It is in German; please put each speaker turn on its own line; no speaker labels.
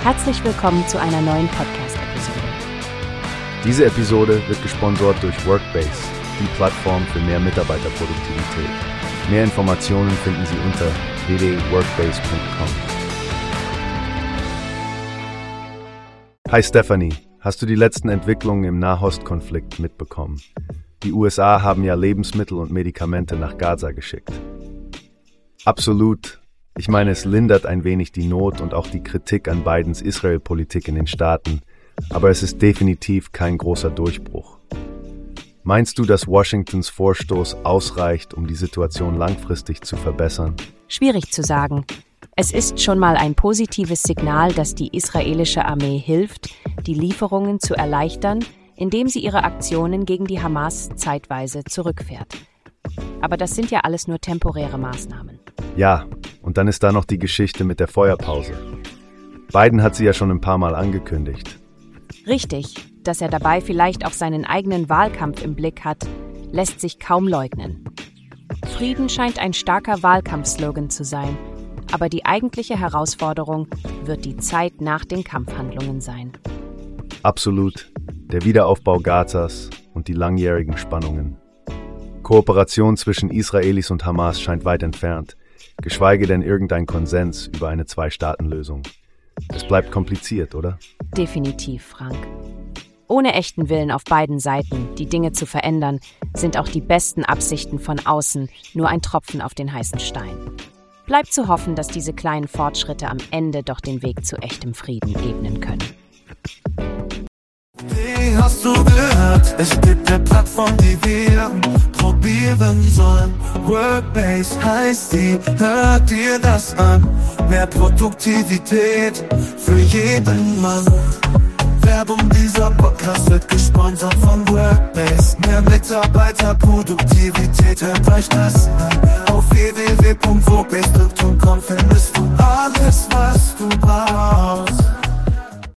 Herzlich willkommen zu einer neuen Podcast-Episode.
Diese Episode wird gesponsert durch Workbase, die Plattform für mehr Mitarbeiterproduktivität. Mehr Informationen finden Sie unter www.workbase.com. Hi Stephanie, hast du die letzten Entwicklungen im Nahostkonflikt mitbekommen? Die USA haben ja Lebensmittel und Medikamente nach Gaza geschickt. Absolut. Ich meine, es lindert ein wenig die Not und auch die Kritik an Bidens Israel-Politik in den Staaten, aber es ist definitiv kein großer Durchbruch. Meinst du, dass Washingtons Vorstoß ausreicht, um die Situation langfristig zu verbessern?
Schwierig zu sagen. Es ist schon mal ein positives Signal, dass die israelische Armee hilft, die Lieferungen zu erleichtern, indem sie ihre Aktionen gegen die Hamas zeitweise zurückfährt. Aber das sind ja alles nur temporäre Maßnahmen.
Ja, und dann ist da noch die Geschichte mit der Feuerpause. Biden hat sie ja schon ein paar Mal angekündigt.
Richtig, dass er dabei vielleicht auch seinen eigenen Wahlkampf im Blick hat, lässt sich kaum leugnen. Frieden scheint ein starker Wahlkampfslogan zu sein, aber die eigentliche Herausforderung wird die Zeit nach den Kampfhandlungen sein.
Absolut, der Wiederaufbau Gazas und die langjährigen Spannungen. Kooperation zwischen Israelis und Hamas scheint weit entfernt, geschweige denn irgendein Konsens über eine Zwei-Staaten-Lösung. Es bleibt kompliziert, oder?
Definitiv, Frank. Ohne echten Willen auf beiden Seiten, die Dinge zu verändern, sind auch die besten Absichten von außen nur ein Tropfen auf den heißen Stein. Bleibt zu hoffen, dass diese kleinen Fortschritte am Ende doch den Weg zu echtem Frieden ebnen können.
Wie hast du gehört? Es gibt eine Plattform, die wir probieren sollen. Workbase heißt die, hört dir das an. Mehr Produktivität für jeden Mann. Werbung, dieser Podcast wird gesponsert von Workbase. Mehr Mitarbeiterproduktivität, hört euch das an. Auf www.workbase.com findest du